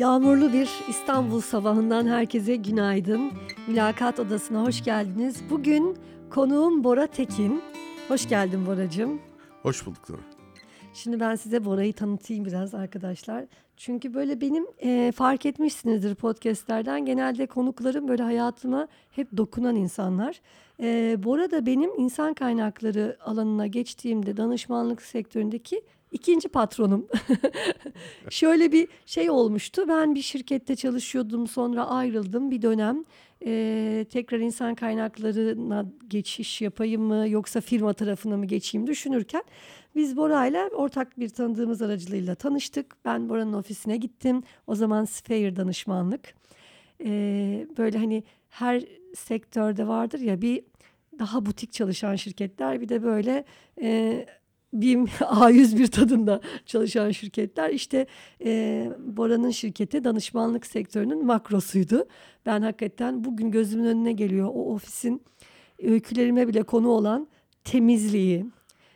Yağmurlu bir İstanbul sabahından herkese günaydın. Mülakat Odası'na hoş geldiniz. Bugün konuğum Bora Tekin. Hoş geldin Boracığım. Hoş bulduk Nora. Şimdi ben size Bora'yı tanıtayım biraz arkadaşlar. Çünkü böyle benim fark etmişsinizdir podcastlerden. Genelde konuklarım böyle hayatıma hep dokunan insanlar. Bora da benim insan kaynakları alanına geçtiğimde danışmanlık sektöründeki ikinci patronum. Şöyle bir şey olmuştu. Ben bir şirkette çalışıyordum, sonra ayrıldım bir dönem. Tekrar insan kaynaklarına geçiş yapayım mı yoksa firma tarafına mı geçeyim düşünürken biz Bora'yla ortak bir tanıdığımız aracılığıyla tanıştık. Ben Bora'nın ofisine gittim. O zaman Sphere danışmanlık. Böyle hani her sektörde vardır ya, bir daha butik çalışan şirketler, bir de böyle BİM A101 tadında çalışan şirketler. İşte Bora'nın şirketi danışmanlık sektörünün makrosuydu. Ben hakikaten bugün gözümün önüne geliyor o ofisin öykülerime bile konu olan temizliği.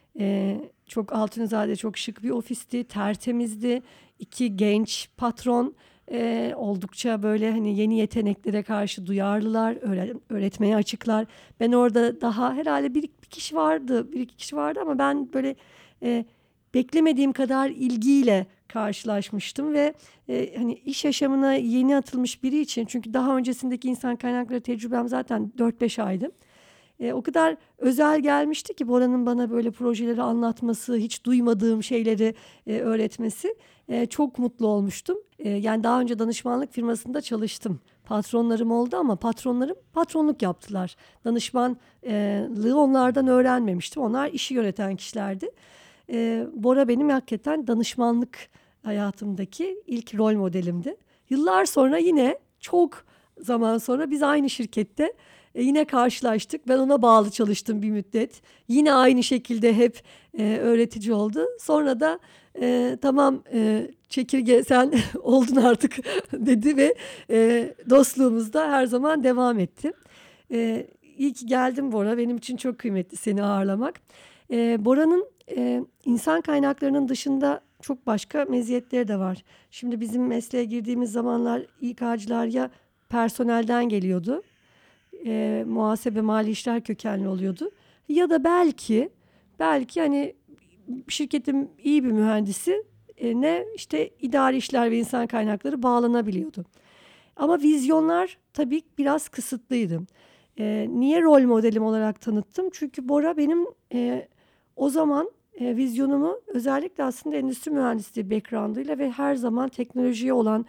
Çok Altunizade, çok şık bir ofisti, tertemizdi. İki genç patron oldukça böyle hani yeni yeteneklere karşı duyarlılar, öğretmeye açıklar. Ben orada daha herhalde bir iki kişi vardı ama ben böyle beklemediğim kadar ilgiyle karşılaşmıştım ve hani iş yaşamına yeni atılmış biri için, çünkü daha öncesindeki insan kaynakları tecrübem zaten 4-5 aydı. O kadar özel gelmişti ki Bora'nın bana böyle projeleri anlatması, hiç duymadığım şeyleri öğretmesi. Çok mutlu olmuştum. Yani daha önce danışmanlık firmasında çalıştım. Patronlarım oldu ama patronlarım patronluk yaptılar. Danışmanlığı onlardan öğrenmemiştim. Onlar işi yöneten kişilerdi. Bora benim hakikaten danışmanlık hayatımdaki ilk rol modelimdi. Yıllar sonra, yine çok zaman sonra biz aynı şirkette yine karşılaştık. Ben ona bağlı çalıştım bir müddet. Yine aynı şekilde hep öğretici oldu. Sonra da tamam çekirge sen oldun artık dedi ve dostluğumuz da her zaman devam etti. İyi ki geldin Bora. Benim için çok kıymetli seni ağırlamak. Bora'nın insan kaynaklarının dışında çok başka meziyetleri de var. Şimdi bizim mesleğe girdiğimiz zamanlar İK'cılar ya personelden geliyordu, muhasebe mali işler kökenli oluyordu. Ya da belki hani şirketin iyi bir mühendisi ne işte idari işler ve insan kaynakları bağlanabiliyordu. Ama vizyonlar tabii biraz kısıtlıydı. Niye rol modelim olarak tanıttım? Çünkü Bora benim o zaman vizyonumu özellikle aslında endüstri mühendisliği background'ıyla ve her zaman teknolojiye olan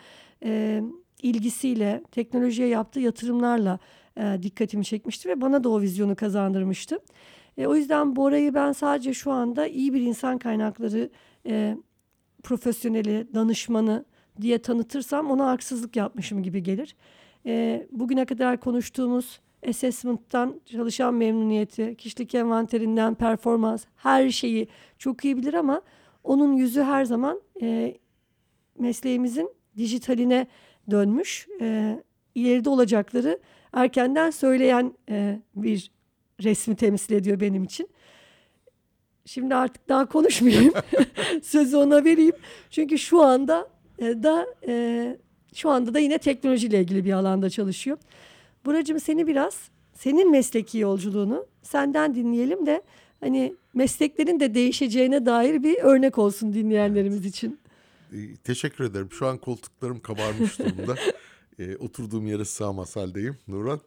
ilgisiyle, teknolojiye yaptığı yatırımlarla dikkatimi çekmişti ve bana da o vizyonu kazandırmıştı. O yüzden Bora'yı ben sadece şu anda iyi bir insan kaynakları profesyoneli, danışmanı diye tanıtırsam ona haksızlık yapmışım gibi gelir. Bugüne kadar konuştuğumuz assessment'tan çalışan memnuniyeti, kişilik envanterinden performans, her şeyi çok iyi bilir ama onun yüzü her zaman mesleğimizin dijitaline dönmüş. İleride olacakları erkenden söyleyen bir resmi temsil ediyor benim için. Şimdi artık daha konuşmayayım. Sözü ona vereyim. Çünkü şu anda da yine teknolojiyle ilgili bir alanda çalışıyor. Buracığım, senin mesleki yolculuğunu senden dinleyelim de hani mesleklerin de değişeceğine dair bir örnek olsun dinleyenlerimiz için. Teşekkür ederim. Şu an koltuklarım kabarmış durumda. Oturduğum yere sığamaz haldeyim Nurhan.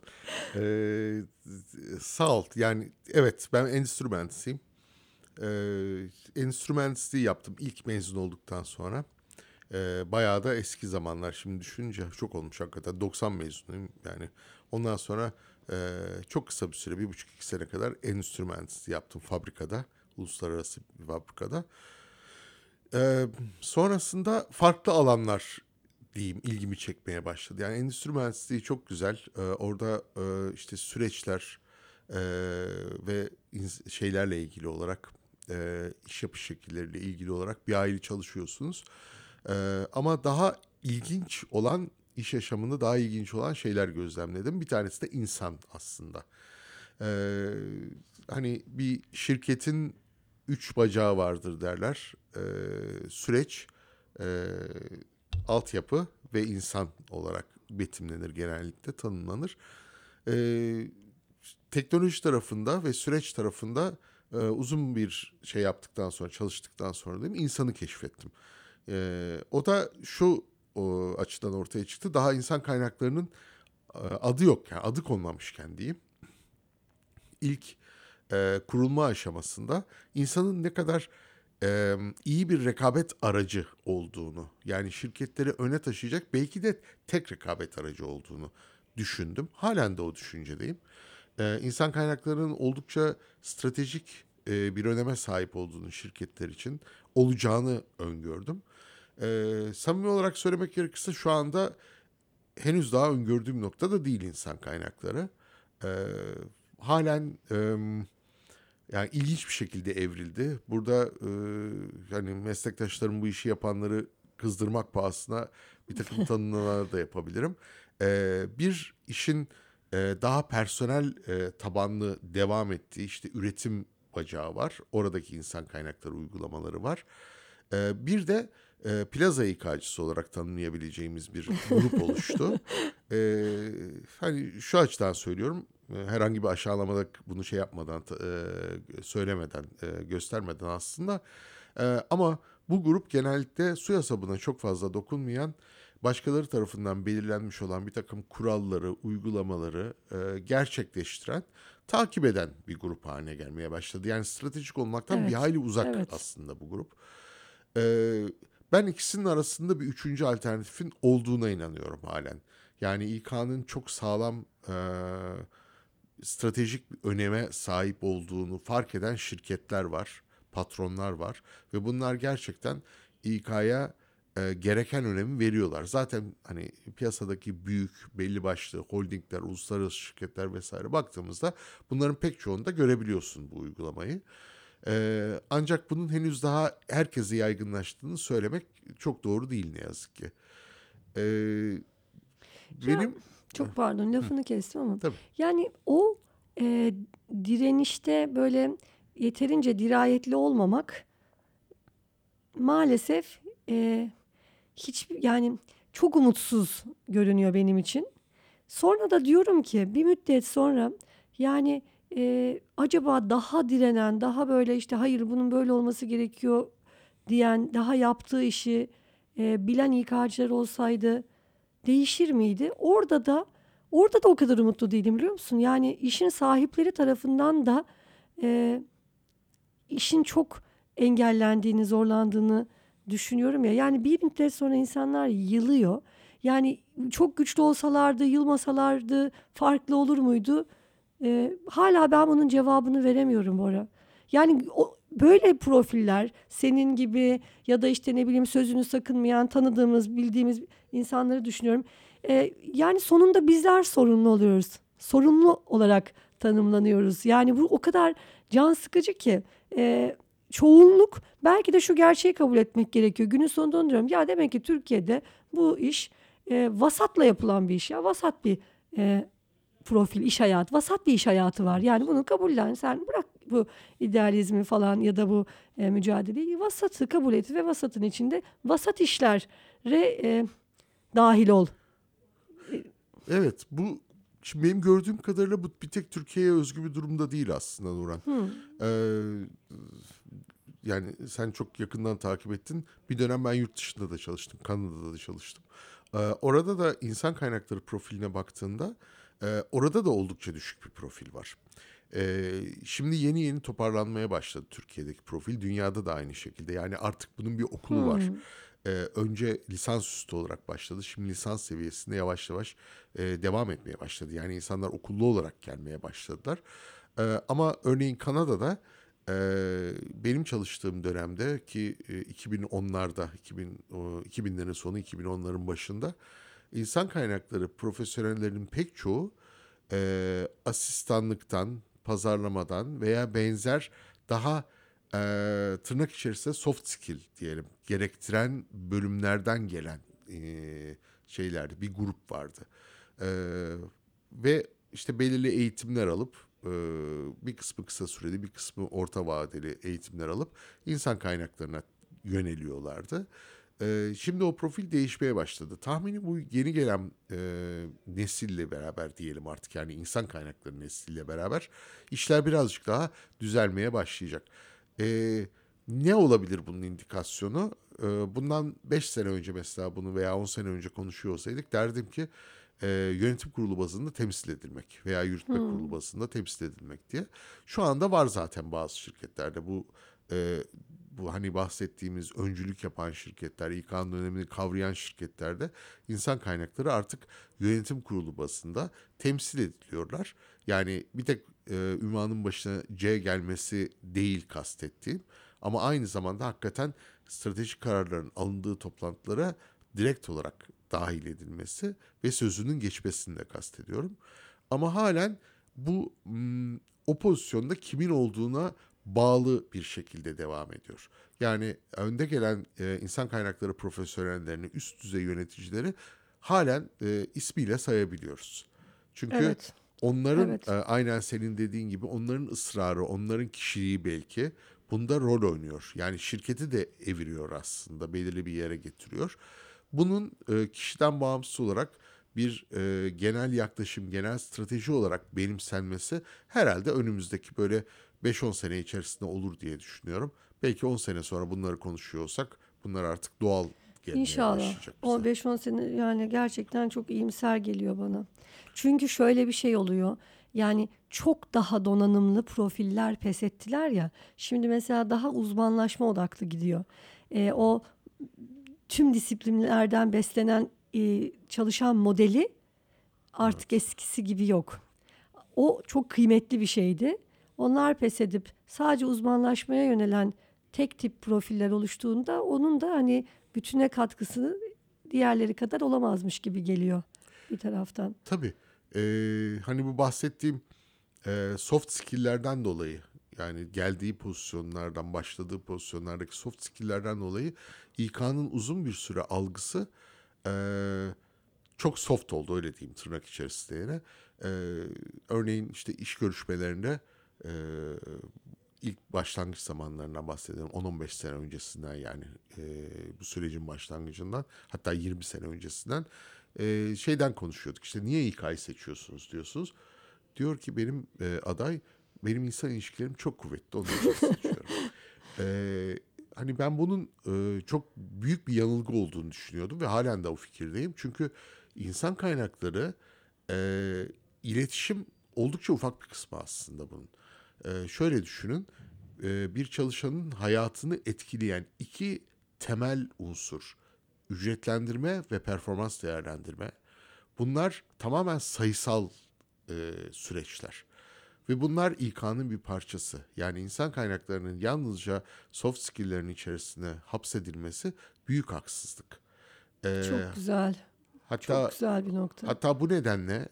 Sağ ol. Yani evet, ben endüstri mühendisiyim. Endüstri mühendisliği yaptım ilk mezun olduktan sonra. Bayağı da eski zamanlar, şimdi düşününce çok olmuş hakikaten. 90 mezunuyum yani. Ondan sonra çok kısa bir süre, 1,5-2 sene kadar endüstri mühendisliği yaptım fabrikada. Uluslararası bir fabrikada. Sonrasında farklı alanlar diyeyim ilgimi çekmeye başladı. Yani endüstri mühendisliği çok güzel. Orada işte süreçler e, ve şeylerle ilgili olarak, iş yapış şekilleriyle ilgili olarak bir aile çalışıyorsunuz. Ama daha ilginç olan, iş yaşamında daha ilginç olan şeyler gözlemledim. Bir tanesi de insan aslında. Ee, Hani bir şirketin 3 bacağı vardır derler. Süreç, e, altyapı ve insan olarak betimlenir, genellikle tanımlanır. E, Teknoloji tarafında ve süreç tarafında uzun bir şey yaptıktan sonra, çalıştıktan sonra değil mi, insanı keşfettim. O da şu açıdan ortaya çıktı. Daha insan kaynaklarının adı yok, yani adı konmamışken diyeyim. İlk kurulma aşamasında insanın ne kadar iyi bir rekabet aracı olduğunu, yani şirketleri öne taşıyacak belki de tek rekabet aracı olduğunu düşündüm. Halen de o düşüncedeyim. İnsan kaynaklarının oldukça stratejik bir öneme sahip olduğunu şirketler için olacağını öngördüm. Samimi olarak söylemek gerekirse şu anda henüz daha öngördüğüm noktada değil insan kaynakları. Ee, Halen yani ilginç bir şekilde evrildi. Burada hani meslektaşlarım, bu işi yapanları kızdırmak pahasına bir takım tanımlamalar da yapabilirim. Bir işin daha personel tabanlı devam ettiği işte üretim bacağı var. Oradaki insan kaynakları uygulamaları var. Bir de plaza İK'cısı olarak tanımlayabileceğimiz bir grup oluştu. Hani şu açıdan söylüyorum, herhangi bir aşağılamada bunu şey yapmadan, söylemeden, göstermeden aslında. Ama bu grup genellikle su yasabına çok fazla dokunmayan, başkaları tarafından belirlenmiş olan bir takım kuralları, uygulamaları gerçekleştiren, takip eden bir grup haline gelmeye başladı. Yani stratejik olmaktan bir Evet, hayli uzak evet. aslında bu grup. Ee, Ben ikisinin arasında bir üçüncü alternatifin olduğuna inanıyorum halen. Yani İK'nın çok sağlam stratejik bir öneme sahip olduğunu fark eden şirketler var, patronlar var ve bunlar gerçekten İK'ya gereken önemi veriyorlar. Zaten hani piyasadaki büyük belli başlı holdingler, uluslararası şirketler vesaire baktığımızda bunların pek çoğunda görebiliyorsun bu uygulamayı. Ancak bunun henüz daha herkese yaygınlaştığını söylemek çok doğru değil ne yazık ki. Ee, Ya Benim çok pardon lafını kestim ama tabii. yani o e, direnişte böyle yeterince dirayetli olmamak maalesef hiç yani çok umutsuz görünüyor benim için. Sonra da diyorum ki bir müddet sonra yani acaba daha direnen, daha böyle işte hayır bunun böyle olması gerekiyor diyen, daha yaptığı işi bilen İK'cılar olsaydı değişir miydi? Orada da o kadar umutlu değilim biliyor musun? Yani işin sahipleri tarafından da e, işin çok engellendiğini, zorlandığını düşünüyorum ya. Yani bir müddet sonra insanlar yılıyor. Yani çok güçlü olsalardı, yılmasalardı farklı olur muydu? Hala ben bunun cevabını veremiyorum Bora. Yani böyle profiller senin gibi ya da işte ne bileyim sözünü sakınmayan, tanıdığımız, bildiğimiz insanları düşünüyorum. Yani sonunda bizler sorumlu oluyoruz. Sorumlu olarak tanımlanıyoruz. Yani bu o kadar can sıkıcı ki. Çoğunluk belki de şu gerçeği kabul etmek gerekiyor. Günün sonunda onu diyorum. Ya demek ki Türkiye'de bu iş vasatla yapılan bir iş ya. Vasat bir e, profil, iş hayatı. Vasat bir iş hayatı var. Yani bunu kabullen. Sen bırak bu idealizmi falan ya da bu mücadeleyi. Vasatı kabul et ve vasatın içinde vasat işlere dahil ol. Evet, bu şimdi benim gördüğüm kadarıyla bu bir tek Türkiye'ye özgü bir durumda değil aslında Nuran. Ee, Yani sen çok yakından takip ettin. Bir dönem ben yurt dışında da çalıştım, Kanada'da da çalıştım. Orada da insan kaynakları profiline baktığında orada da oldukça düşük bir profil var. Şimdi yeni yeni toparlanmaya başladı Türkiye'deki profil. Dünyada da aynı şekilde. Yani artık bunun bir okulu var. Hmm. Önce lisansüstü olarak başladı. Şimdi lisans seviyesinde yavaş yavaş devam etmeye başladı. Yani insanlar okullu olarak gelmeye başladılar. Ama örneğin Kanada'da benim çalıştığım dönemde ki 2010'larda, 2000'lerin sonu 2010'ların başında insan kaynakları profesyonellerinin pek çoğu asistanlıktan, pazarlamadan veya benzer daha tırnak içerisinde soft skill diyelim gerektiren bölümlerden gelen şeylerdi. Bir grup vardı. E, Ve işte belirli eğitimler alıp bir kısmı kısa süreli, bir kısmı orta vadeli eğitimler alıp insan kaynaklarına yöneliyorlardı. Şimdi o profil değişmeye başladı. Tahmini bu yeni gelen nesille beraber diyelim artık, yani insan kaynakları nesliyle beraber işler birazcık daha düzelmeye başlayacak. Ne olabilir bunun indikasyonu? Bundan 5 sene önce mesela bunu veya 10 sene önce konuşuyor olsaydık derdim ki yönetim kurulu bazında temsil edilmek veya yürütme kurulu Hmm. bazında temsil edilmek diye. Şu anda var zaten bazı şirketlerde e, bu hani bahsettiğimiz öncülük yapan şirketler, İK'nın önemini kavrayan şirketlerde insan kaynakları artık yönetim kurulu bazında temsil ediliyorlar. Yani bir tek ünvanın başına C gelmesi değil kastettiğim, ama aynı zamanda hakikaten stratejik kararların alındığı toplantılara direkt olarak dahil edilmesi ve sözünün geçmesini de kastediyorum. Ama halen bu o pozisyonda kimin olduğuna bağlı bir şekilde devam ediyor. Yani önde gelen insan kaynakları profesyonellerini, üst düzey yöneticileri halen ismiyle sayabiliyoruz. Çünkü Evet, onların evet. aynen senin dediğin gibi onların ısrarı, onların kişiliği belki bunda rol oynuyor. Yani şirketi de eviriyor aslında, belirli bir yere getiriyor. Bunun kişiden bağımsız olarak bir genel yaklaşım, genel strateji olarak benimsenmesi herhalde önümüzdeki böyle 5-10 sene içerisinde olur diye düşünüyorum. Belki 10 sene sonra bunları konuşuyor olsak bunlar artık doğal gelmeye İnşallah. başlayacak bize. O 5-10 sene yani gerçekten çok iyimser geliyor bana. Çünkü şöyle bir şey oluyor. Yani çok daha donanımlı profiller pes ettiler ya. Şimdi mesela daha uzmanlaşma odaklı gidiyor. O tüm disiplinlerden beslenen çalışan modeli artık Evet. eskisi gibi yok. O çok kıymetli bir şeydi. Onlar pes edip sadece uzmanlaşmaya yönelen tek tip profiller oluştuğunda onun da hani bütüne katkısı diğerleri kadar olamazmış gibi geliyor bir taraftan. Tabii. Hani bu bahsettiğim soft skill'lerden dolayı, yani geldiği pozisyonlardan, başladığı pozisyonlardaki soft skill'lerden dolayı İK'nın uzun bir süre algısı çok soft oldu, öyle diyeyim tırnak içerisinde yine. Örneğin işte iş görüşmelerinde e, ilk başlangıç zamanlarından bahsediyorum. 10-15 sene öncesinden, yani bu sürecin başlangıcından, hatta 20 sene öncesinden şeyden konuşuyorduk. İşte niye İK'yı seçiyorsunuz diyorsunuz. Diyor ki aday, benim insan ilişkilerim çok kuvvetli, onun için seçiyorum. Ee, Hani ben bunun çok büyük bir yanılgı olduğunu düşünüyordum ve halen de o fikirdeyim. Çünkü insan kaynakları e, iletişim oldukça ufak bir kısmı aslında bunun. Şöyle düşünün, bir çalışanın hayatını etkileyen iki temel unsur: ücretlendirme ve performans değerlendirme. Bunlar tamamen sayısal süreçler. Ve bunlar İK'nın bir parçası. Yani insan kaynaklarının yalnızca soft skill'lerin içerisine hapsedilmesi büyük haksızlık. Ee, Çok güzel. Çok hatta güzel bir nokta. hatta bu nedenle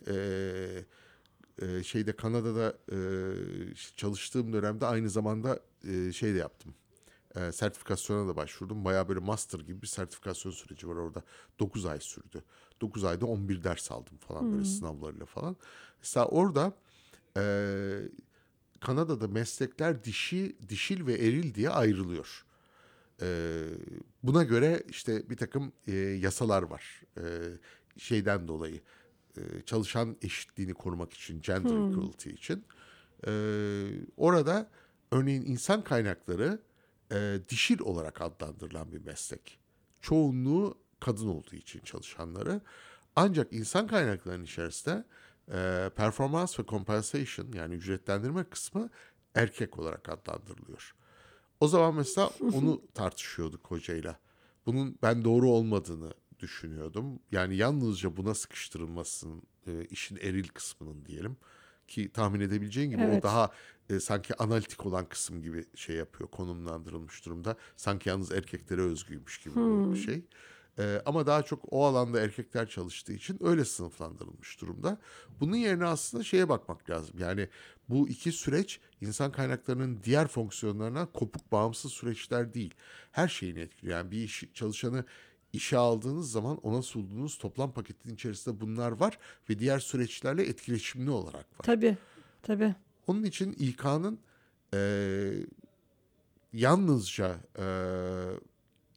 şeyde Kanada'da işte çalıştığım dönemde aynı zamanda şey de yaptım. Sertifikasyona da başvurdum. Bayağı böyle master gibi bir sertifikasyon süreci var orada. 9 ay sürdü. 9 ayda 11 ders aldım falan, böyle Hmm. sınavlarıyla falan. Mesela orada e, Kanada'da meslekler dişil ve eril diye ayrılıyor. Ee, Buna göre işte bir takım yasalar var. Şeyden dolayı çalışan eşitliğini korumak için, gender Hmm. equality için. Orada örneğin insan kaynakları dişil olarak adlandırılan bir meslek. Çoğunluğu kadın olduğu için çalışanları. Ancak insan kaynaklarının içerisinde performans ve compensation, yani ücretlendirme kısmı erkek olarak adlandırılıyor. O zaman mesela onu tartışıyorduk hocayla. Bunun ben doğru olmadığını düşünüyordum. Yani yalnızca buna sıkıştırılmasının, işin eril kısmının diyelim, ki tahmin edebileceğin gibi o Evet. daha sanki analitik olan kısım gibi şey yapıyor, konumlandırılmış durumda. Sanki yalnız erkeklere özgüymüş gibi bu Hmm. şey. Ama daha çok o alanda erkekler çalıştığı için öyle sınıflandırılmış durumda. Bunun yerine aslında şeye bakmak lazım. Yani bu iki süreç insan kaynaklarının diğer fonksiyonlarına kopuk, bağımsız süreçler değil. Her şeyini etkiliyor. Yani bir çalışanı işe aldığınız zaman ona sunduğunuz toplam paketin içerisinde bunlar var ve diğer süreçlerle etkileşimli olarak var. Tabii. Tabii. Onun için İK'nın yalnızca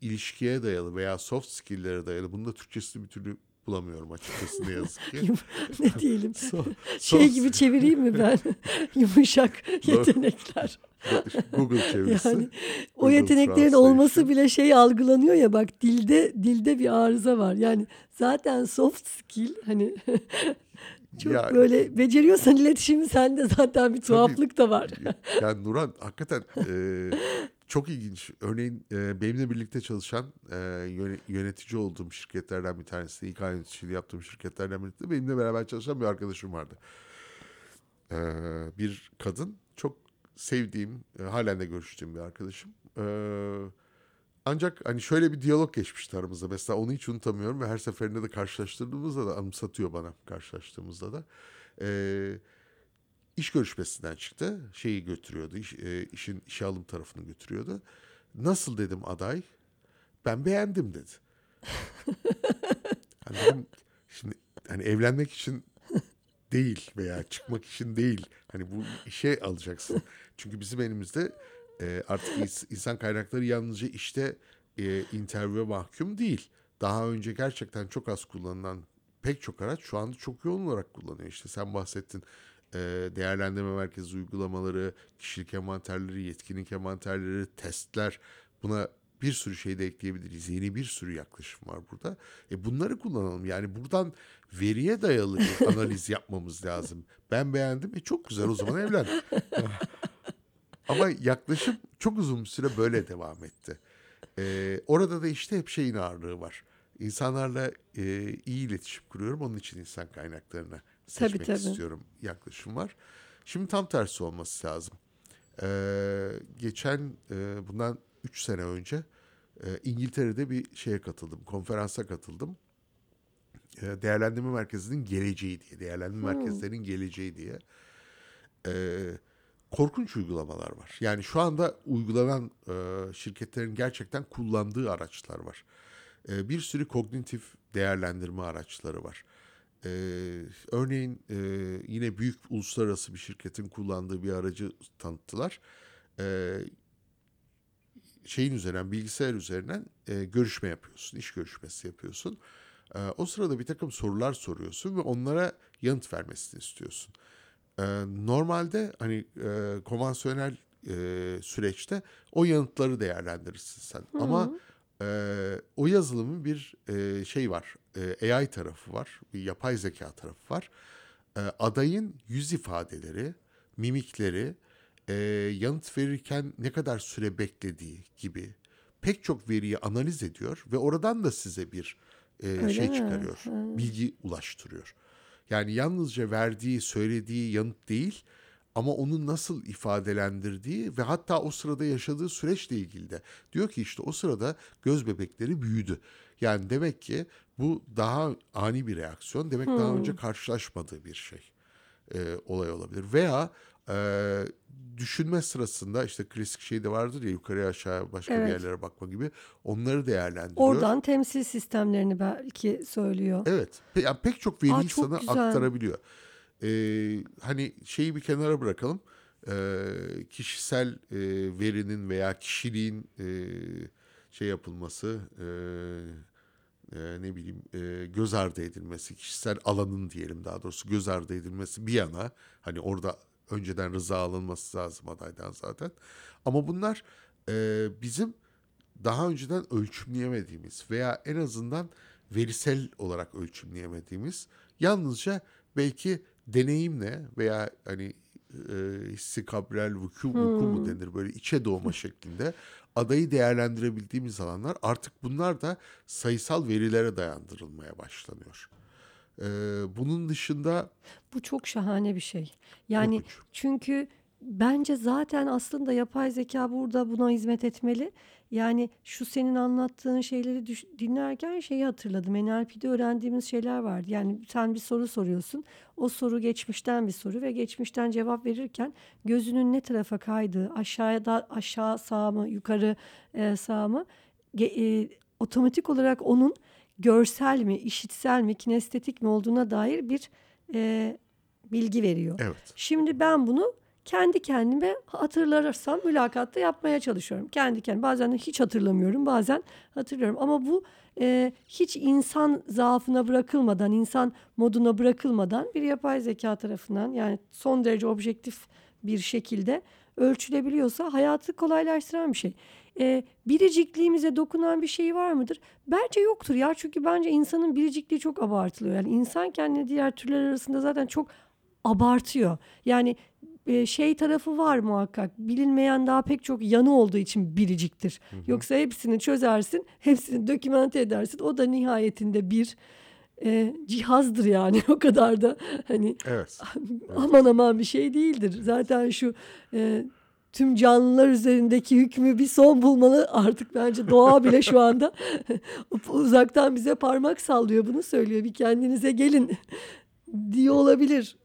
ilişkiye dayalı veya soft skill'lere dayalı. Bunun da Türkçesini bir türlü bulamıyorum açıkçası, ne yazık ki. Ne diyelim? So- Şey soft gibi çevireyim mi ben? Yumuşak Doğru. yetenekler. Google çevirisi. Yani o Google yeteneklerin olması Translation. bile şey algılanıyor ya, bak dilde bir arıza var. Yani zaten soft skill hani çok Ya böyle beceriyorsan iletişimi, sende zaten bir tabii, tuhaflık da var. yani Nuran hakikaten çok ilginç. Örneğin benimle birlikte çalışan yönetici olduğum şirketlerden bir tanesi, İK yöneticiliği yaptığım şirketlerden birisi, benimle beraber çalışan bir arkadaşım vardı. E, Bir kadın, çok sevdiğim, halen de görüştüğüm bir arkadaşım. Ancak hani şöyle bir diyalog geçmişti aramızda. Mesela onu hiç unutamıyorum ve her seferinde de karşılaştırdığımızda da anımsatıyor bana, karşılaştığımızda da. E, İş görüşmesinden çıktı. Şeyi götürüyordu. İşin işe alım tarafını götürüyordu. Nasıl dedim aday? Ben beğendim dedi. Hani dedim, şimdi hani evlenmek için değil veya çıkmak için değil. Hani bu işe alacaksın. Çünkü bizim elimizde artık insan kaynakları yalnızca işte interview'e mahkum değil. Daha önce gerçekten çok az kullanılan pek çok araç şu anda çok yoğun olarak kullanıyor. İşte sen bahsettin, değerlendirme merkezi uygulamaları, kişilik envanterleri, yetkinlik envanterleri, testler, buna bir sürü şey de ekleyebiliriz. Yeni bir sürü yaklaşım var burada. Bunları kullanalım. Yani buradan veriye dayalı bir analiz yapmamız lazım. Ben beğendim. Çok güzel, o zaman evlen. Ama yaklaşım çok uzun bir süre böyle devam etti. Orada da işte hep şeyin ağırlığı var. İnsanlarla iyi iletişim kuruyorum. Onun için insan kaynaklarını Tabii seçmek tabii. istiyorum yaklaşım var. Şimdi tam tersi olması lazım. Geçen bundan 3 sene önce İngiltere'de bir şeye katıldım. Konferansa katıldım. Değerlendirme merkezinin geleceği diye. Değerlendirme Hmm, merkezlerinin geleceği diye. Korkunç uygulamalar var. Yani şu anda uygulanan şirketlerin gerçekten kullandığı araçlar var. Bir sürü kognitif değerlendirme araçları var. E, Örneğin yine büyük uluslararası bir şirketin kullandığı bir aracı tanıttılar. E, Şeyin üzerinden, bilgisayar üzerinden görüşme yapıyorsun, iş görüşmesi yapıyorsun. O sırada bir takım sorular soruyorsun ve onlara yanıt vermesini istiyorsun. Normalde hani konvansiyonel süreçte o yanıtları değerlendirirsin sen. Ama hmm. o yazılımın bir şey var, AI tarafı var, bir yapay zeka tarafı var. Adayın yüz ifadeleri, mimikleri, e, yanıt verirken ne kadar süre beklediği gibi pek çok veriyi analiz ediyor ve oradan da size bir Öyle şey mi? çıkarıyor, Ha. bilgi ulaştırıyor. Yani yalnızca verdiği, söylediği yanıt değil, ama onu nasıl ifadelendirdiği ve hatta o sırada yaşadığı süreçle ilgili de. Diyor ki işte o sırada göz bebekleri büyüdü. Yani demek ki bu daha ani bir reaksiyon. Demek daha önce Hmm. karşılaşmadığı bir şey, olay olabilir. Veya e, düşünme sırasında işte klasik şey de vardır ya, yukarıya aşağı başka bir Evet. yerlere bakma gibi, onları değerlendiriyor. Oradan temsil sistemlerini belki söylüyor. Evet, yani pek çok Aa, veriyi çok sana güzel. aktarabiliyor. Hani şeyi bir kenara bırakalım. Kişisel verinin veya kişiliğin şey yapılması, ne bileyim, göz ardı edilmesi, kişisel alanın diyelim, daha doğrusu göz ardı edilmesi bir yana, hani orada önceden rıza alınması lazım adaydan zaten. Ama bunlar bizim daha önceden ölçümleyemediğimiz veya en azından verisel olarak ölçümleyemediğimiz, yalnızca belki deneyimle veya hani hissi kabrel vuku mu Hmm. denir, böyle içe doğma şeklinde adayı değerlendirebildiğimiz alanlar, artık bunlar da sayısal verilere dayandırılmaya başlanıyor. E, Bunun dışında Bu çok şahane bir şey. Yani korkunç. çünkü bence zaten aslında yapay zeka burada buna hizmet etmeli. Yani şu senin anlattığın şeyleri dinlerken şeyi hatırladım. NLP'de öğrendiğimiz şeyler vardı. Yani sen bir soru soruyorsun. O soru geçmişten bir soru ve geçmişten cevap verirken gözünün ne tarafa kaydığı, aşağıda aşağı sağ mı, yukarı sağ mı, otomatik olarak onun görsel mi, işitsel mi, kinestetik mi olduğuna dair bir e, bilgi veriyor. Evet. Şimdi ben bunu kendi kendime hatırlarsam mülakatta yapmaya çalışıyorum. Kendi kendime. Bazen de hiç hatırlamıyorum, bazen hatırlıyorum. Ama bu hiç insan zaafına bırakılmadan, insan moduna bırakılmadan bir yapay zeka tarafından, yani son derece objektif bir şekilde ölçülebiliyorsa hayatı kolaylaştıran bir şey. Biricikliğimize dokunan bir şey var mıdır? Bence yoktur ya. Çünkü bence insanın biricikliği çok abartılıyor. Yani insan kendini diğer türler arasında zaten çok abartıyor. Yani şey tarafı var muhakkak. Bilinmeyen daha pek çok yanı olduğu için biriciktir. Hı hı. Yoksa hepsini çözersin, hepsini dokümante edersin. O da nihayetinde bir cihazdır yani. O kadar da hani Evet. aman Evet. aman bir şey değildir. Evet. Zaten şu tüm canlılar üzerindeki hükmü bir son bulmalı. Artık bence doğa bile şu anda uzaktan bize parmak sallıyor. Bunu söylüyor. Bir kendinize gelin diyor olabilir.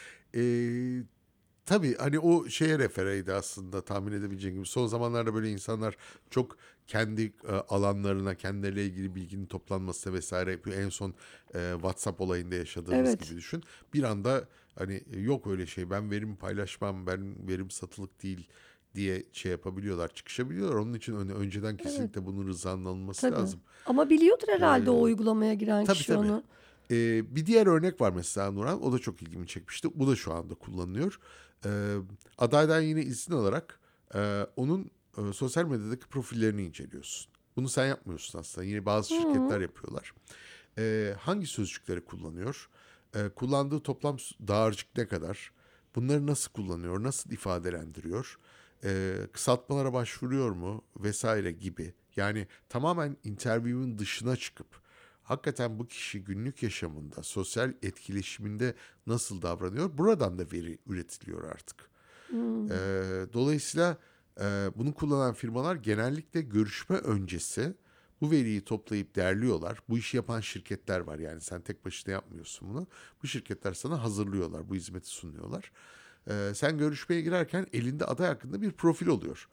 Ee, tabii hani o şeye refereydi aslında, tahmin edebileceğin gibi. Son zamanlarda böyle insanlar çok kendi alanlarına, kendileriyle ilgili bilginin toplanması vesaire yapıyor. En son WhatsApp olayında yaşadığımız Evet. gibi düşün. Bir anda hani yok öyle şey, ben verim paylaşmam, ben verim satılık değil diye şey yapabiliyorlar, çıkışabiliyorlar. Onun için önceden Evet. kesinlikle bunun rızanın alınması Tabii. lazım. Ama biliyordur herhalde Ee, o uygulamaya giren tabii kişi tabii. onu. Bir diğer örnek var mesela Nurhan. O da çok ilgimi çekmişti. Bu da şu anda kullanılıyor. Ee, adaydan yine izin alarak onun sosyal medyadaki profillerini inceliyorsun. Bunu sen yapmıyorsun aslında. Yine bazı şirketler Hı. yapıyorlar. Hangi sözcükleri kullanıyor? Kullandığı toplam dağarcık ne kadar? Bunları nasıl kullanıyor? Nasıl ifadelendiriyor? Kısaltmalara başvuruyor mu? Vesaire gibi. Yani tamamen interview'un dışına çıkıp hakikaten bu kişi günlük yaşamında, sosyal etkileşiminde nasıl davranıyor? Buradan da veri üretiliyor artık. Hı. Dolayısıyla bunu kullanan firmalar genellikle görüşme öncesi bu veriyi toplayıp derliyorlar. Bu işi yapan şirketler var, yani sen tek başına yapmıyorsun bunu. Bu şirketler sana hazırlıyorlar, bu hizmeti sunuyorlar. Sen görüşmeye girerken elinde aday hakkında bir profil oluyor.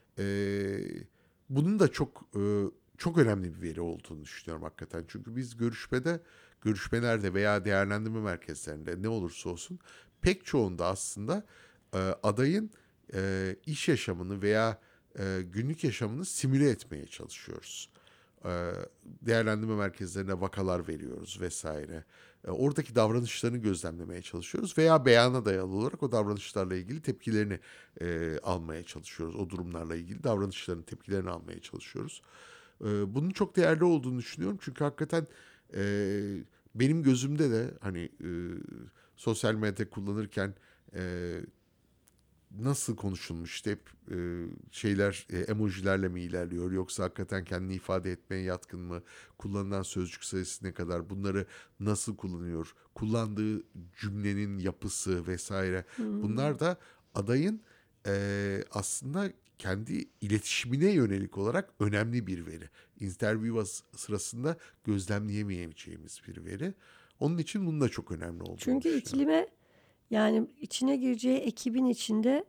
Ee, bunun da çok önemli bir veri olduğunu düşünüyorum hakikaten. Çünkü biz görüşmelerde veya değerlendirme merkezlerinde ne olursa olsun pek çoğunda aslında adayın iş yaşamını veya günlük yaşamını simüle etmeye çalışıyoruz. E, değerlendirme merkezlerine vakalar veriyoruz vesaire. Oradaki davranışlarını gözlemlemeye çalışıyoruz veya beyana dayalı olarak o davranışlarla ilgili tepkilerini almaya çalışıyoruz. O durumlarla ilgili davranışların tepkilerini almaya çalışıyoruz. Bunun çok değerli olduğunu düşünüyorum. Çünkü hakikaten e, benim gözümde de hani sosyal medya kullanırken e, nasıl konuşulmuş hep şeyler emojilerle mi ilerliyor, yoksa hakikaten kendini ifade etmeye yatkın mı, kullanılan sözcük sayısı ne kadar, bunları nasıl kullanıyor, kullandığı cümlenin yapısı vesaire, Hı. bunlar da adayın aslında kendi iletişimine yönelik olarak önemli bir veri. Interview sırasında gözlemleyemeyeceğimiz bir veri. Onun için bunun da çok önemli olduğunu Çünkü düşünüyorum. iklime, yani içine gireceği ekibin içinde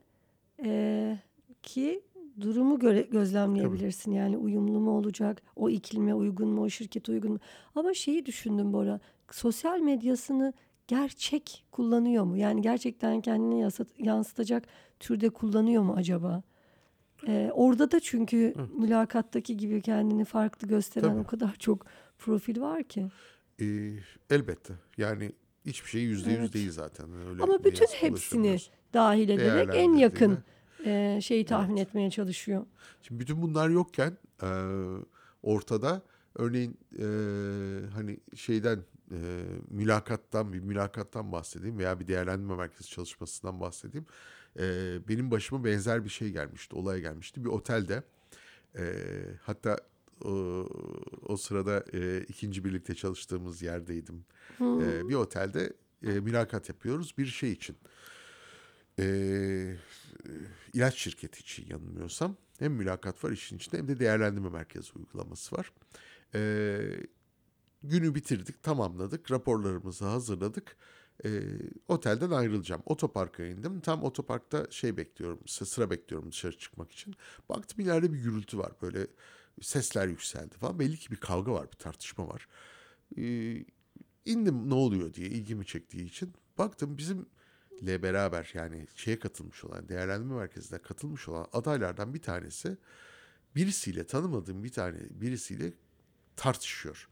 ki durumu Tabii. gözlemleyebilirsin. Yani uyumlu mu olacak, o iklime uygun mu, o şirkete uygun mu? Ama şeyi düşündüm Bora, sosyal medyasını gerçek kullanıyor mu? Yani gerçekten kendini yansıtacak türde kullanıyor mu acaba? Orada da çünkü Evet. mülakattaki gibi kendini farklı gösteren Tabii. o kadar çok profil var ki. Elbette. Yani hiçbir şey %100 Evet. değil zaten. Öyle Ama bir bütün yazıp hepsini ulaşamıyoruz. dahil ederek en yakın Değerlendirdiğinde. şeyi tahmin Evet. etmeye çalışıyor. Şimdi bütün bunlar yokken ortada örneğin hani şeyden bir mülakattan bahsedeyim veya bir değerlendirme merkezi çalışmasından bahsedeyim. Benim başıma benzer bir şey gelmişti, olay gelmişti. Bir otelde hatta o sırada ikinci birlikte çalıştığımız yerdeydim. Hmm. Bir otelde mülakat yapıyoruz bir şey için. Ee, ilaç şirketi için yanılmıyorsam. Hem mülakat var işin içinde hem de değerlendirme merkezi uygulaması var. Ee, günü bitirdik, tamamladık, raporlarımızı hazırladık. Otelden ayrılacağım. Otoparka indim. Tam otoparkta şey bekliyorum, sıra bekliyorum dışarı çıkmak için. Baktım ileride bir gürültü var. Böyle sesler yükseldi falan. Belli ki bir kavga var, bir tartışma var. Ee, indim ne oluyor diye ilgimi çektiği için. Baktım bizim ile beraber yani şeye katılmış olan, değerlendirme merkezine katılmış olan adaylardan bir tanesi birisiyle, tanımadığım birisiyle tartışıyor.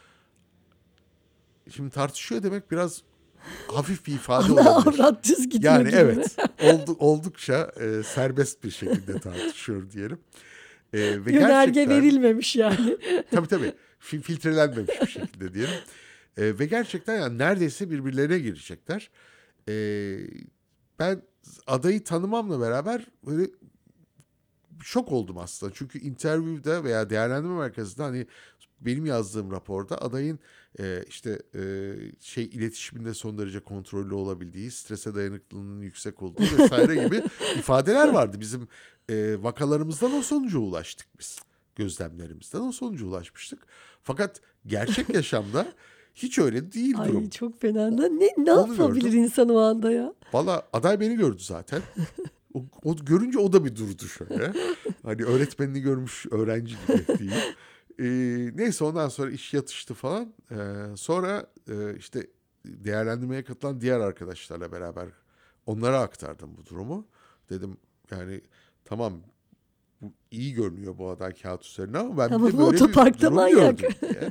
Şimdi tartışıyor demek biraz hafif bir ifade Ana olabilir. avrat düz gidiyor Yani gibi mi? evet, oldukça serbest bir şekilde tartışıyor diyelim. Ve Yönerge gerçekten verilmemiş yani. tabii filtrelenmemiş bir şekilde diyelim. Ve gerçekten yani neredeyse birbirlerine girecekler. Ee, Ben adayı tanımamla beraber böyle şok oldum aslında. Çünkü interview'da veya değerlendirme merkezinde hani benim yazdığım raporda adayın iletişiminde son derece kontrollü olabildiği, strese dayanıklılığının yüksek olduğu vesaire gibi ifadeler vardı. Bizim vakalarımızdan o sonuca ulaştık biz. Gözlemlerimizden o sonuca ulaşmıştık. Fakat gerçek yaşamda hiç öyle değil Ay durum. çok fena. Ne Onu yapabilir gördüm. insan o anda ya? Valla aday beni gördü zaten. O görünce o da bir durdu şöyle. Hani öğretmenini görmüş öğrenci gibi diyeyim. Neyse ondan sonra iş yatıştı falan. Sonra işte değerlendirmeye katılan diğer arkadaşlarla beraber onlara aktardım bu durumu. Dedim yani tamam bu iyi görünüyor bu aday kağıt üzerine ama ben bir Ama de bu böyle bir otoparkta durum manyak. gördüm diye.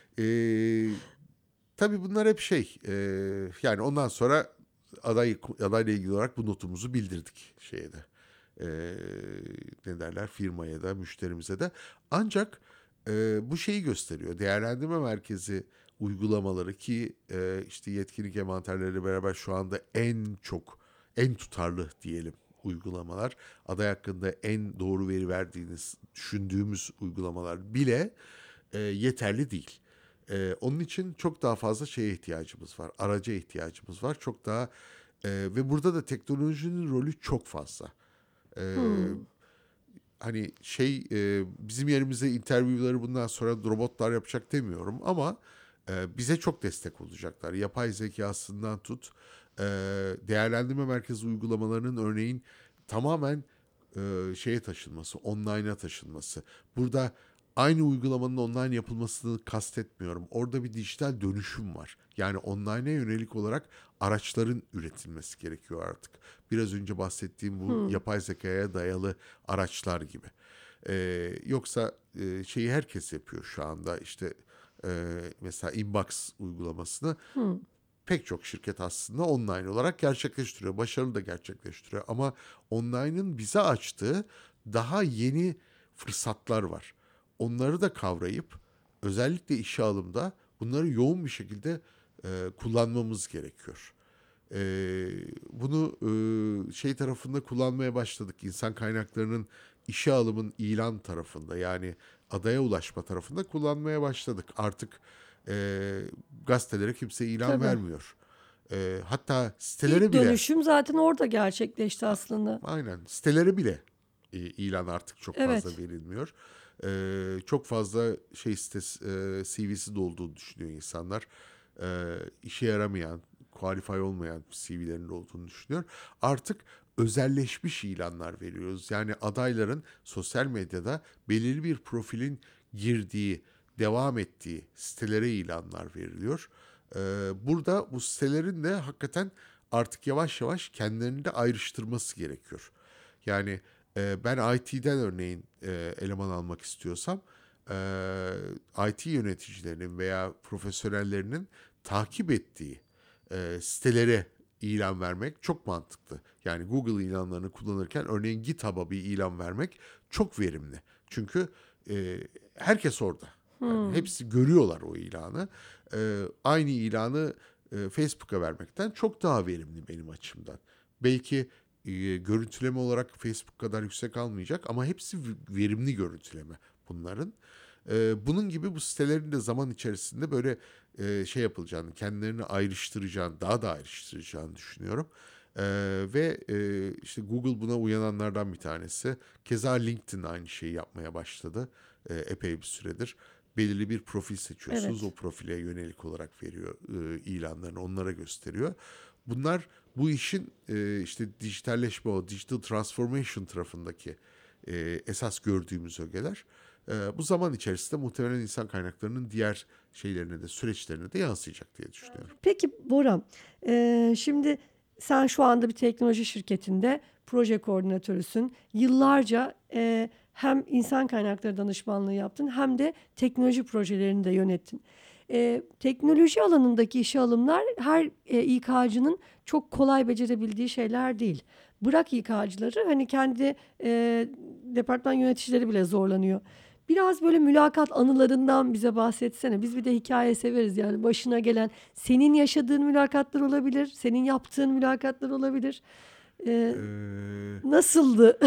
Tabii bunlar hep yani ondan sonra adayla ilgili olarak bu notumuzu bildirdik şeye de. Eee Ne derler firmaya da müşterimize de. Ancak bu şeyi gösteriyor. Değerlendirme merkezi uygulamaları ki işte yetkinlik envanterleriyle beraber şu anda en tutarlı diyelim uygulamalar. Aday hakkında en doğru veri verdiğiniz düşündüğümüz uygulamalar bile yeterli değil. Onun için çok daha fazla şeye ihtiyacımız var. Araca ihtiyacımız var. Çok daha ve burada da teknolojinin rolü çok fazla. Ee, Hmm. Hani bizim yerimize interview'ları bundan sonra robotlar yapacak demiyorum ama bize çok destek olacaklar. Yapay zekasından tut, e, değerlendirme merkezi uygulamalarının örneğin tamamen şeye taşınması, online'a taşınması. Burada aynı uygulamanın online yapılmasını kastetmiyorum. Orada bir dijital dönüşüm var. Yani online'a yönelik olarak araçların üretilmesi gerekiyor artık. Biraz önce bahsettiğim bu Hmm. yapay zekaya dayalı araçlar gibi. Yoksa şeyi herkes yapıyor şu anda işte mesela Inbox uygulamasını Hmm. pek çok şirket aslında online olarak gerçekleştiriyor. Başarılı da gerçekleştiriyor ama online'ın bize açtığı daha yeni fırsatlar var. Onları da kavrayıp özellikle işe alımda bunları yoğun bir şekilde kullanmamız gerekiyor. Bunu şey tarafında kullanmaya başladık. İnsan kaynaklarının işe alımın ilan tarafında yani adaya ulaşma tarafında kullanmaya başladık. Artık gazetelere kimse ilan Tabii. vermiyor. Hatta İlk sitelere bile dönüşüm zaten orada gerçekleşti aslında. aynen sitelere bile ilan artık çok fazla Evet. verilmiyor. Çok fazla CV'si dolduğunu düşünüyor insanlar. İşe yaramayan, qualify olmayan CV'lerin olduğunu düşünüyor. Artık özelleşmiş ilanlar veriyoruz. Yani adayların sosyal medyada belirli bir profilin girdiği, devam ettiği sitelere ilanlar veriliyor. Burada bu sitelerin de hakikaten artık yavaş yavaş kendilerini de ayrıştırması gerekiyor. Yani ben IT'den örneğin eleman almak istiyorsam IT yöneticilerinin veya profesyonellerinin takip ettiği sitelere ilan vermek çok mantıklı. Yani Google ilanlarını kullanırken örneğin GitHub'a bir ilan vermek çok verimli. Çünkü herkes orada. Yani Hmm. hepsi görüyorlar o ilanı. Aynı ilanı Facebook'a vermekten çok daha verimli benim açımdan. Belki görüntüleme olarak Facebook kadar yüksek almayacak ama hepsi verimli görüntüleme bunların. Bunun gibi bu sitelerin de zaman içerisinde böyle şey yapılacağını, kendilerini ayrıştıracağını, daha da ayrıştıracağını düşünüyorum. Ve işte Google buna uyananlardan bir tanesi. Keza LinkedIn aynı şeyi yapmaya başladı epey bir süredir. Belirli bir profil seçiyorsunuz. O Evet. profile yönelik olarak veriyor ilanlarını, onlara gösteriyor. Bunlar bu işin işte dijitalleşme, o digital transformation tarafındaki esas gördüğümüz ögeler. Bu zaman içerisinde muhtemelen insan kaynaklarının diğer şeylerine de süreçlerine de yansıyacak diye düşünüyorum. Peki Bora, şimdi Sen şu anda bir teknoloji şirketinde proje koordinatörüsün. Yıllarca hem insan kaynakları danışmanlığı yaptın hem de teknoloji projelerini de yönettin. Teknoloji alanındaki işe alımlar her İK'cının çok kolay becerebildiği şeyler değil. Bırak İK'cıları, hani kendi departman yöneticileri bile zorlanıyor. Biraz böyle mülakat anılarından bize bahsetsene. Biz bir de hikaye severiz, yani başına gelen, senin yaşadığın mülakatlar olabilir, senin yaptığın mülakatlar olabilir. Ee, Ee, Nasıldı?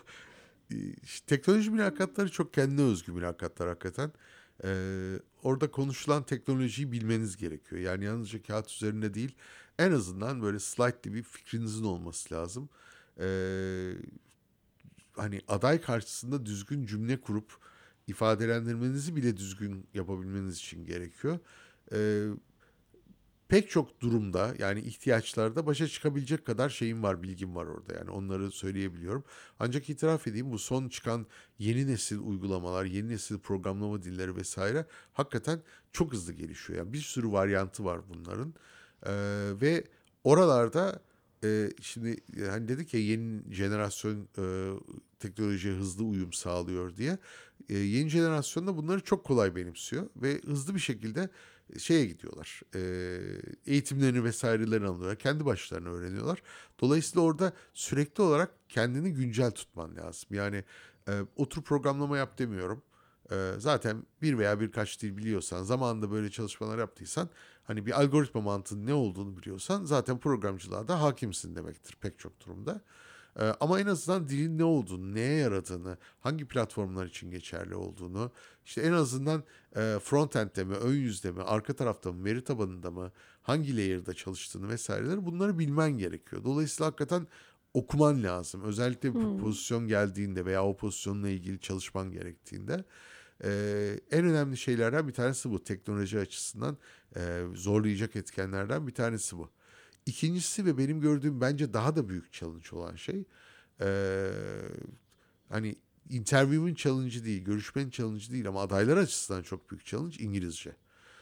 Teknoloji mülakatları çok kendine özgü mülakatlar hakikaten. Orada konuşulan teknolojiyi bilmeniz gerekiyor. Yani yalnızca kağıt üzerinde değil, en azından böyle slightly bir fikrinizin olması lazım. Ee, Hani aday karşısında düzgün cümle kurup ifadelendirmenizi bile düzgün yapabilmeniz için gerekiyor. Ee, Pek çok durumda, yani ihtiyaçlarda başa çıkabilecek kadar şeyim var, bilgim var orada, yani onları söyleyebiliyorum. Ancak itiraf edeyim, bu son çıkan yeni nesil uygulamalar, yeni nesil programlama dilleri vesaire hakikaten çok hızlı gelişiyor. Yani bir sürü varyantı var bunların. Ve oralarda şimdi hani dedik ya, yeni jenerasyon teknolojiye hızlı uyum sağlıyor diye. Yeni jenerasyon da bunları çok kolay benimsiyor ve hızlı bir şekilde şeye gidiyorlar. Eğitimlerini vesairelerini alıyorlar. Kendi başlarına öğreniyorlar. Dolayısıyla orada sürekli olarak kendini güncel tutman lazım. Yani otur programlama yap demiyorum. Zaten bir veya birkaç dil biliyorsan, zamanında böyle çalışmalar yaptıysan, hani bir algoritma mantığının ne olduğunu biliyorsan, zaten programcılığa da hakimsin demektir pek çok durumda. Ama en azından dilin ne olduğunu, neye yaradığını, hangi platformlar için geçerli olduğunu, işte en azından frontend'de mi, ön yüzde mi, arka tarafta mı, veri tabanında mı, hangi layer'da çalıştığını vesaireleri, bunları bilmen gerekiyor. Dolayısıyla hakikaten okuman lazım. Özellikle bir Hmm. pozisyon geldiğinde veya o pozisyonla ilgili çalışman gerektiğinde. En önemli şeylerden bir tanesi bu. Teknoloji açısından zorlayacak etkenlerden bir tanesi bu. İkincisi ve benim gördüğüm bence daha da büyük challenge olan şey, eee, hani interview'un challenge'ı değil, görüşmenin challenge'ı değil ama adaylar açısından çok büyük challenge İngilizce.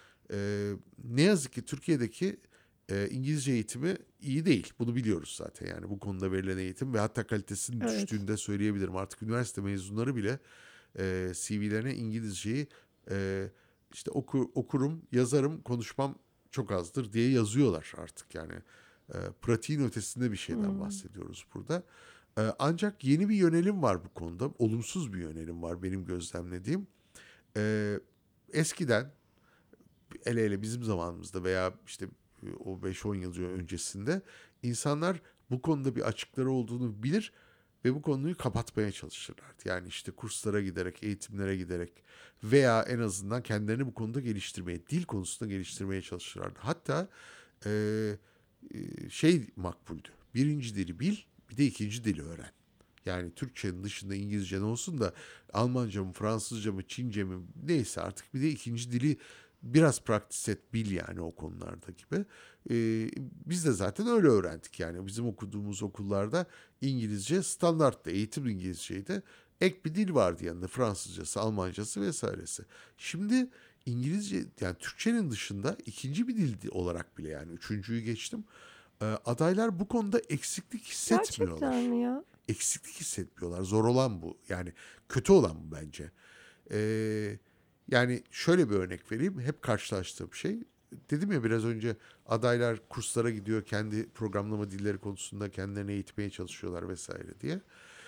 Ne yazık ki Türkiye'deki İngilizce eğitimi iyi değil. Bunu biliyoruz zaten, yani bu konuda verilen eğitim ve hatta kalitesinin Evet. düştüğünü de söyleyebilirim. Artık üniversite mezunları bile CV'lerine İngilizceyi e, işte okurum, yazarım, konuşmam çok azdır diye yazıyorlar artık yani. Pratiğin ötesinde bir şeyden Hmm. bahsediyoruz burada. Ancak yeni bir yönelim var bu konuda. Olumsuz bir yönelim var benim gözlemlediğim. E, Eskiden, hele hele bizim zamanımızda veya işte o 5-10 yıl öncesinde, insanlar bu konuda bir açıkları olduğunu bilir ve bu konuyu kapatmaya çalışırlardı. Yani işte kurslara giderek, eğitimlere giderek veya en azından kendilerini bu konuda geliştirmeye, dil konusunda geliştirmeye çalışırlardı. Hatta e, şey makbuldü. Birinci dili bil, bir de ikinci dili öğren. Yani Türkçenin dışında İngilizce ne olsun da, Almanca mı, Fransızca mı, Çince mi, neyse artık, bir de ikinci dili biraz practice et, bil yani o konularda gibi. Biz de zaten öyle öğrendik, yani bizim okuduğumuz okullarda İngilizce standarttı, eğitim İngilizceydi. Ek bir dil vardı yanında, Fransızcası, Almancası vesairesi. Şimdi İngilizce, yani Türkçenin dışında ikinci bir dil olarak bile, yani üçüncüyü geçtim, adaylar bu konuda eksiklik Gerçekten hissetmiyorlar. mi ya? Eksiklik hissetmiyorlar. Zor olan bu. Yani kötü olan bu bence. Ee, Yani şöyle bir örnek vereyim. Hep karşılaştığım şey. Dedim ya biraz önce, adaylar kurslara gidiyor. Kendi programlama dilleri konusunda kendilerini eğitmeye çalışıyorlar vesaire diye.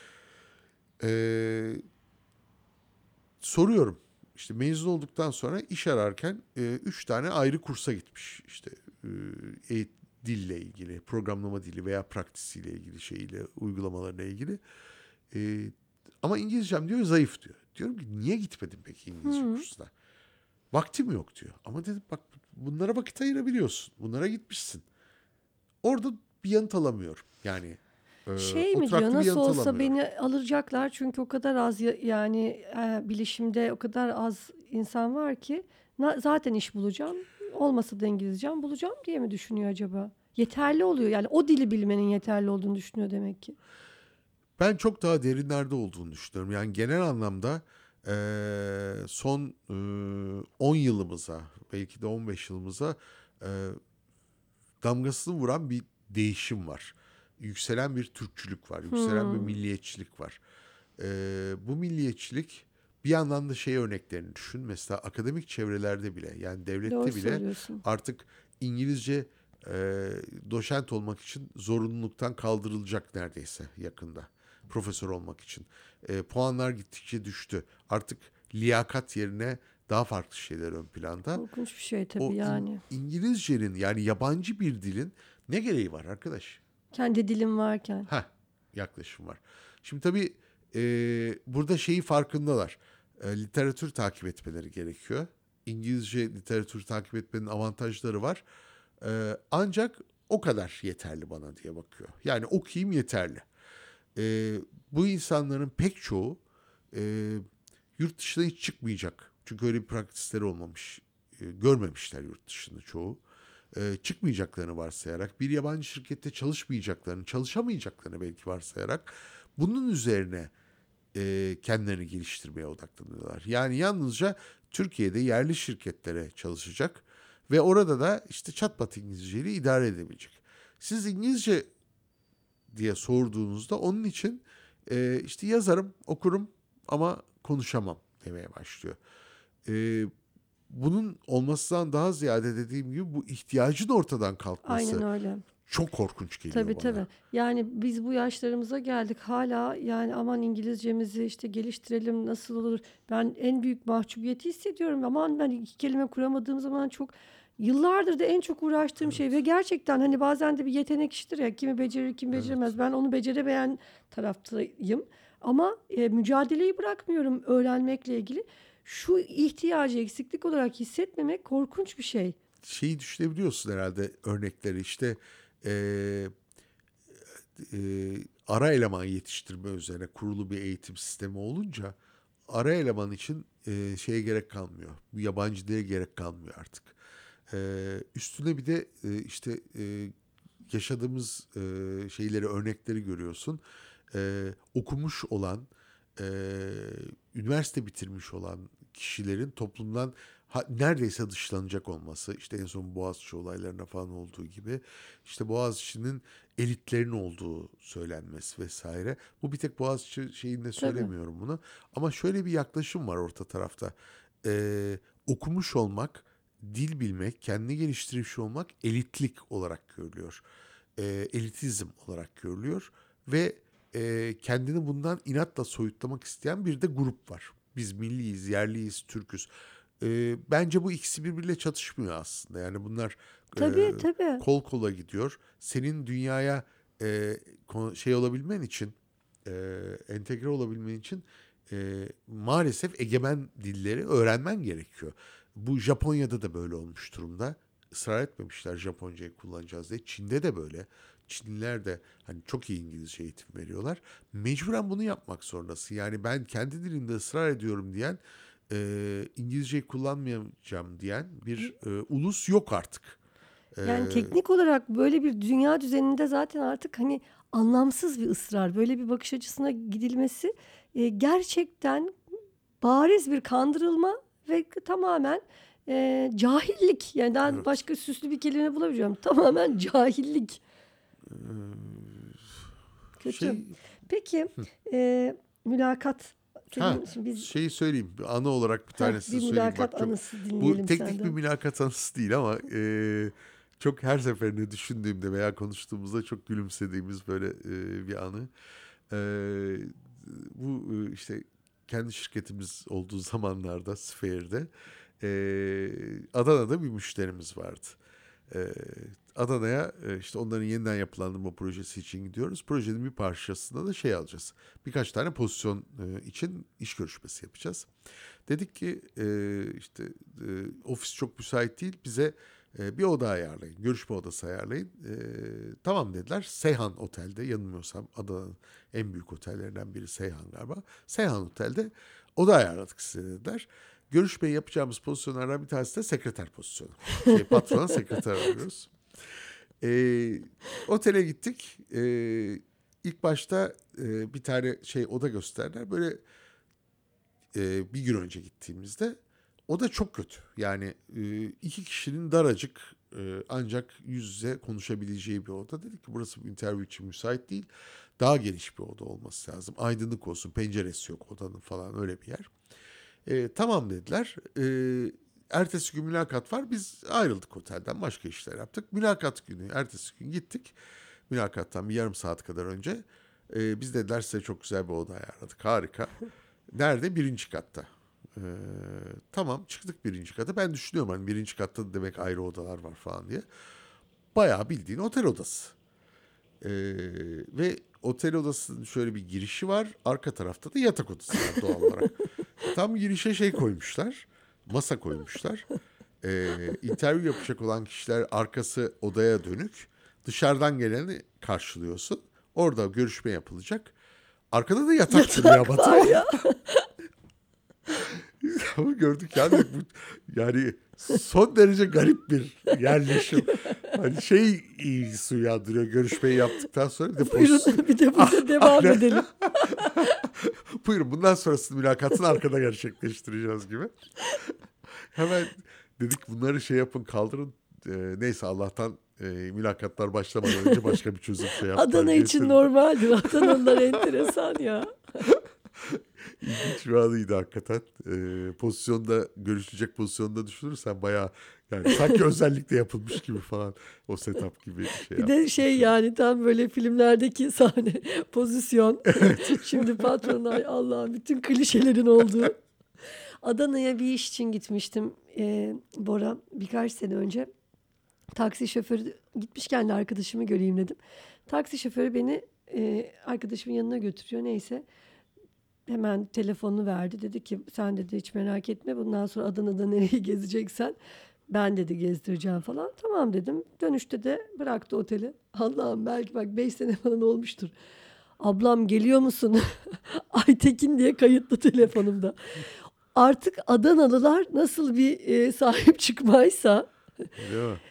Ee, Soruyorum. İşte mezun olduktan sonra iş ararken 3 tane ayrı kursa gitmiş. İşte e, dille ilgili, programlama dili veya praktisiyle ilgili, şeyle, uygulamalarla ilgili. E, Ama İngilizcem diyor zayıf diyor. Diyorum ki niye gitmedin peki İngilizce Hmm. kursuna? Vaktim yok diyor. Ama dedim bak, bunlara vakit ayırabiliyorsun. Bunlara gitmişsin. Orada bir yanıt alamıyorum. Yani Şey mi diyor, oturaklı bir nasıl yanıt olsa alamıyorum. beni alacaklar çünkü o kadar az yani bilişimde o kadar az insan var ki zaten iş bulacağım, olmasa da İngilizcem bulacağım diye mi düşünüyor acaba? Yeterli oluyor yani, o dili bilmenin yeterli olduğunu düşünüyor demek ki. Ben çok daha derinlerde olduğunu düşünüyorum. Yani genel anlamda son 10 yılımıza, belki de 15 yılımıza damgasını vuran bir değişim var. Yükselen bir Türkçülük var. Yükselen bir milliyetçilik var. Bu milliyetçilik bir yandan da şey örneklerini düşün. Mesela akademik çevrelerde bile, yani Doğru devlette bile söylüyorsun. artık İngilizce doçent olmak için zorunluluktan kaldırılacak neredeyse yakında. Profesör olmak için. Puanlar gittikçe düştü. Artık liyakat yerine daha farklı şeyler ön planda. Korkunç bir şey tabii O yani. İngilizcenin, yani yabancı bir dilin ne gereği var arkadaş? Kendi dilim varken. Ha, yaklaşım var. Şimdi tabii burada şeyi farkındalar. Literatür takip etmeleri gerekiyor. İngilizce literatür takip etmenin avantajları var. Ancak o kadar yeterli bana diye bakıyor. Yani okuyayım yeterli. Bu insanların pek çoğu yurt dışına hiç çıkmayacak. Çünkü öyle bir praktisleri olmamış. Görmemişler yurt dışını çoğu. Çıkmayacaklarını varsayarak, bir yabancı şirkette çalışmayacaklarını, çalışamayacaklarını belki varsayarak bunun üzerine kendilerini geliştirmeye odaklanıyorlar. Yani yalnızca Türkiye'de yerli şirketlere çalışacak ve orada da işte çatpat İngilizceyle idare edebilecek. Siz İngilizce diye sorduğunuzda onun için işte yazarım, okurum ama konuşamam demeye başlıyor. E, Bunun olmasından daha ziyade dediğim gibi bu ihtiyacın ortadan Aynen kalkması öyle. çok korkunç geliyor Tabii bana. tabii. Yani biz bu yaşlarımıza geldik hala yani aman İngilizcemizi işte geliştirelim nasıl olur. Ben en büyük mahcubiyeti hissediyorum. Aman ben iki kelime kuramadığım zaman çok yıllardır da en çok uğraştığım şey ve Evet, gerçekten hani bazen de bir yetenek işidir ya kimi becerir kim evet. beceremez. Ben onu beceremeyen taraftayım. Ama mücadeleyi bırakmıyorum öğrenmekle ilgili. Şu ihtiyacı eksiklik olarak hissetmemek korkunç bir şey. Şeyi düşünebiliyorsun herhalde, örnekleri işte eee, ara eleman yetiştirme üzerine kurulu bir eğitim sistemi olunca ara eleman için şeye gerek kalmıyor. Bu yabancı dile gerek kalmıyor artık. Üstüne bir de işte yaşadığımız şeyleri, örnekleri görüyorsun. Okumuş olan, e, üniversite bitirmiş olan kişilerin toplumdan neredeyse dışlanacak olması, işte en son Boğaziçi olaylarına falan olduğu gibi, işte Boğaziçi'nin elitlerin olduğu söylenmesi vesaire. Bu bir tek Boğaziçi şeyinde Tabii. söylemiyorum bunu. Ama şöyle bir yaklaşım var orta tarafta. Okumuş olmak, dil bilmek, kendini geliştirmiş olmak elitlik olarak görülüyor. Elitizm olarak görülüyor ve kendini bundan inatla soyutlamak isteyen bir de grup var. Biz milliyiz, yerliyiz, Türküz. Bence bu ikisi birbiriyle çatışmıyor aslında. Yani bunlar e, Tabii tabii. kol kola gidiyor. Senin dünyaya şey olabilmen için, entegre olabilmen için maalesef egemen dilleri öğrenmen gerekiyor. Bu Japonya'da da böyle olmuş durumda. Israr etmemişler Japoncayı kullanacağız diye. Çin'de de böyle. Çinliler de hani çok iyi İngilizce eğitim veriyorlar. Mecburen bunu yapmak zorundasın. Yani ben kendi dilimde ısrar ediyorum diyen, İngilizceyi kullanmayacağım diyen bir ulus yok artık. E, Yani teknik olarak böyle bir dünya düzeninde zaten artık hani anlamsız bir ısrar, böyle bir bakış açısına gidilmesi gerçekten bariz bir kandırılma ve tamamen cahillik. Yani daha evet. başka süslü bir kelime bulamayacağım. Tamamen cahillik. Kötü. Şey, Peki mülakat ha, senin şimdi biz şeyi söyleyeyim. Bir anı olarak bir tanesini bir söyleyeyim. Bak, mülakat çok anısı bu dinleyelim teknik bir senden. mülakat anısı değil ama çok her seferinde düşündüğümde veya konuştuğumuzda çok gülümsediğimiz böyle bir anı. E, Bu işte kendi şirketimiz olduğu zamanlarda Sphere'de Adana'da bir müşterimiz vardı. Ee, Adana'ya işte onların yeniden yapılandırma projesi için gidiyoruz. Projenin bir parçasında da şey alacağız. Birkaç tane pozisyon için iş görüşmesi yapacağız. Dedik ki işte ofis çok müsait değil, bize bir oda ayarlayın. Görüşme odası ayarlayın. Tamam dediler. Seyhan Otel'de, yanılmıyorsam Adana'nın en büyük otellerinden biri Seyhan galiba. Seyhan Otel'de oda ayarladık size dediler. Görüşmeyi yapacağımız pozisyonlardan bir tanesi de sekreter pozisyonu. Patrona sekreter arıyoruz. Otele gittik. İlk başta bir tane şey oda gösterdiler. Böyle bir gün önce gittiğimizde oda çok kötü. Yani iki kişinin daracık Ancak yüz yüze konuşabileceği bir oda. Dedik ki burası bir interview için müsait değil. Daha geniş bir oda olması lazım. Aydınlık olsun, penceresi yok odanın falan, öyle bir yer. Tamam dediler. Ertesi gün mülakat var. Biz ayrıldık otelden, başka işler yaptık. Mülakat günü, ertesi gün gittik. Mülakattan bir yarım saat kadar önce. Biz dediler size çok güzel bir oda ayarladık. Harika. Nerede? Birinci katta. Ee, tamam, çıktık birinci kata. Ben düşünüyorum hani birinci katta da demek ayrı odalar var falan diye. Bayağı bildiğin otel odası. Ee, ve otel odasının şöyle bir girişi var. Arka tarafta da yatak odası var doğal olarak. Tam girişe şey koymuşlar. Masa koymuşlar. İnterview yapacak olan kişiler arkası odaya dönük. Dışarıdan geleni karşılıyorsun. Orada görüşme yapılacak. Arkada da yatak duruyor ama, Yatak var tamam. ya. Ama gördük yani yani son derece garip bir yerleşim. Hani şey ilgisi uyandırıyor görüşmeyi yaptıktan sonra. Bir de Buyurun bir de burada devam Aynen. edelim. Buyurun bundan sonrasını mülakatın arkada gerçekleştireceğiz gibi. Hemen dedik bunları şey yapın, kaldırın. Neyse Allah'tan mülakatlar başlamadan önce başka bir çözüm şey yaptılar. Adana için getirdiler. normaldir. Adanalılar enteresan ya. İlginç bir anıydı hakikaten. Pozisyonda, görüşecek pozisyonda düşünürsen bayağı yani sanki özellikle yapılmış gibi falan, o setup gibi şey Bir de yaptık. şey yani tam böyle filmlerdeki sahne, pozisyon. Şimdi patron ay Allah'ım bütün klişelerin olduğu. Adana'ya bir iş için gitmiştim Bora birkaç sene önce. Taksi şoförü gitmişken de arkadaşımı göreyim dedim. Taksi şoförü beni arkadaşımın yanına götürüyor neyse. Hemen telefonunu verdi. Dedi ki sen dedi hiç merak etme bundan sonra Adana'da nereyi gezeceksen ben dedi gezdireceğim falan. Tamam dedim. Dönüşte de bıraktı oteli. Allah'ım belki bak 5 sene falan olmuştur. Ablam geliyor musun? Aytekin diye kayıtlı telefonumda. Artık Adanalılar nasıl bir sahip çıkmaysa Değil mi?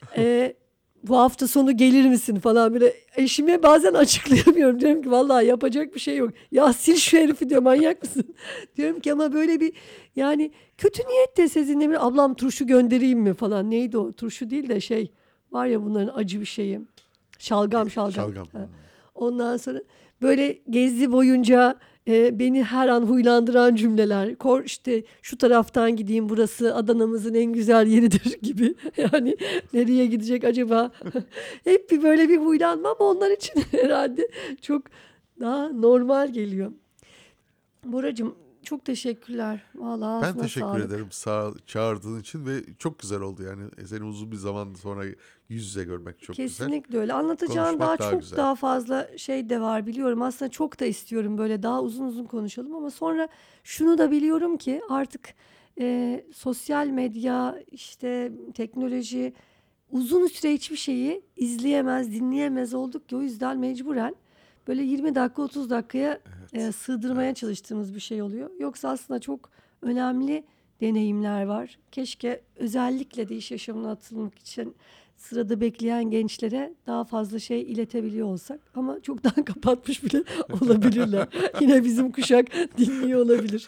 bu hafta sonu gelir misin falan böyle eşime bazen açıklayamıyorum. Diyorum ki vallahi yapacak bir şey yok. Ya sil şu herifi diyor manyak mısın? Diyorum ki ama böyle bir yani kötü niyetle sezinle bir ablam turşu göndereyim mi falan. Neydi o? Turşu değil de şey var ya bunların acı bir şeyi. Şalgam. Şalgam. Ha. Ondan sonra böyle gezi boyunca beni her an huylandıran cümleler. İşte şu taraftan gideyim burası Adana'mızın en güzel yeridir gibi. Yani nereye gidecek acaba? Hep bir böyle bir huylanma ama onlar için herhalde çok daha normal geliyor. Boracığım çok teşekkürler. Vallahi Ben ağzına teşekkür sağlık. ederim çağırdığın için ve çok güzel oldu yani. Seni uzun bir zaman sonra yüz yüze görmek çok güzel. Kesinlikle öyle. Anlatacağım daha Konuşmak daha çok güzel. daha fazla şey de var biliyorum. Aslında çok da istiyorum böyle daha uzun uzun konuşalım ama sonra şunu da biliyorum ki artık sosyal medya işte teknoloji uzun süre hiçbir şeyi izleyemez, dinleyemez olduk ki o yüzden mecburen böyle 20 dakika 30 dakikaya sığdırmaya Evet. çalıştığımız bir şey oluyor. Yoksa aslında çok önemli deneyimler var. Keşke özellikle de iş yaşamına atılmak için sırada bekleyen gençlere daha fazla şey iletebiliyor olsak. Ama çoktan kapatmış bile olabilirler. Yine bizim kuşak dinliyor olabilir.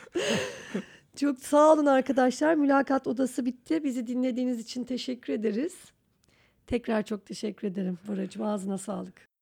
Çok sağ olun arkadaşlar. Mülakat odası bitti. Bizi dinlediğiniz için teşekkür ederiz. Tekrar çok teşekkür ederim Buracığım. Ağzına sağlık.